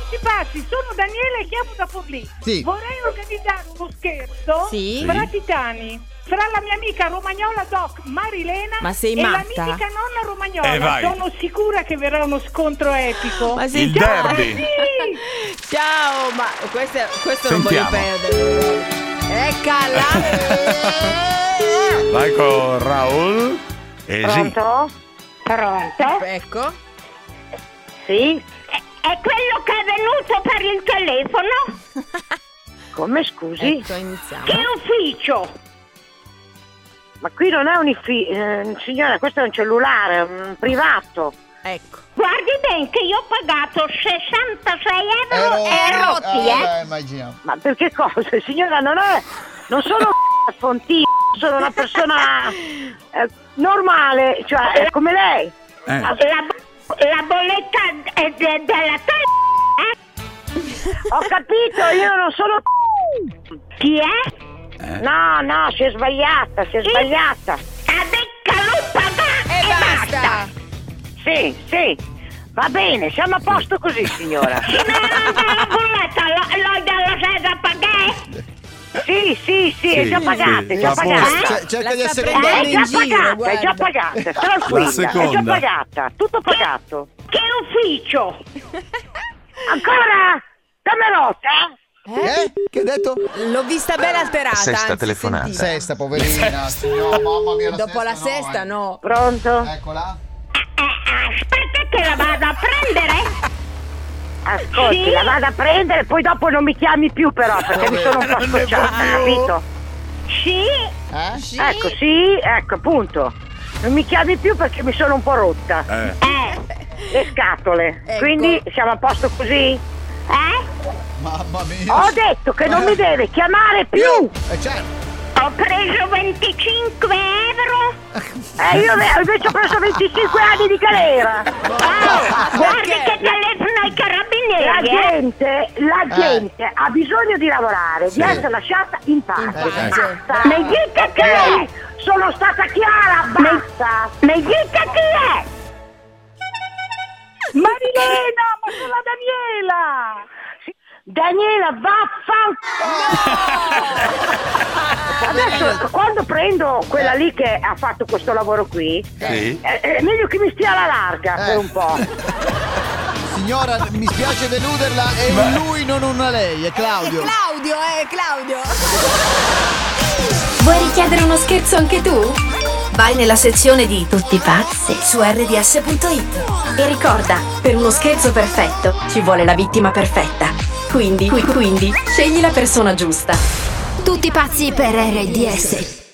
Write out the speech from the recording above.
tutti pazzi, sono Daniele e chiamo da Forlì. Sì. Vorrei organizzare uno scherzo fra titani, fra la mia amica romagnola Doc Marilena e la mitica nonna romagnola. Sono sicura che verrà uno scontro epico. Ma Il derby. Sì. Ciao, ma questo non voglio perdere. Eccala. Vai con Raul. Pronto? Pronto? Ecco. Sì? È quello che è venuto per il telefono? Come, scusi? Ecco, iniziamo. Che ufficio? Ma qui non è un ufficio, signora, questo è un cellulare, un privato. Ecco. Guardi bene che io ho pagato 66 euro e rotti, immaginiamo. Ma per che cosa? Signora, non sono fontino, sono una persona normale, cioè come lei. La bolletta è della Ho capito, io non sono. Chi è? No, si è sbagliata. A beccalupa e basta. Sì, va bene, siamo a posto così, signora. Se me la bolletta, l'ho dalla sera a pagare? Sì, è già pagata, è già pagata. Cerca di essere un bello in giro, è già pagata, tranquilla, è già pagata, tutto pagato. Che ufficio? Ancora? Camerota? Che hai detto? L'ho vista bella alterata. Sesta telefonata. Sesta, poverina. Signora, mamma mia, Dopo la sesta, no. Pronto? Eccola. Aspetta che la vado a prendere. Ascolti, sì? La vado a prendere, poi dopo non mi chiami più però, perché mi sono un po' scocciata, capito? Sì? Sì? Ecco, appunto. Non mi chiami più perché mi sono un po' rotta. Le scatole. Ecco. Quindi siamo a posto così? Mamma mia. Ho detto che non mi deve chiamare più. Certo. Ho preso 25 euro. Io invece ho preso 25 anni di galera. Guardi che telefono ai carabinieri. La gente ha bisogno di lavorare, di essere lasciata in pace. Mi dica chi è? Sono stata chiara, basta. Mi dica chi è? Marilena, ma sono la Daniela. Daniela, Adesso quando prendo quella lì che ha fatto questo lavoro qui, è meglio che mi stia alla larga per un po'. Signora, mi spiace deluderla, è un lui, non una lei, è Claudio. Claudio. Vuoi richiedere uno scherzo anche tu? Vai nella sezione di Tutti pazzi su rds.it e ricorda, per uno scherzo perfetto ci vuole la vittima perfetta. Quindi scegli la persona giusta. Tutti pazzi per RDS.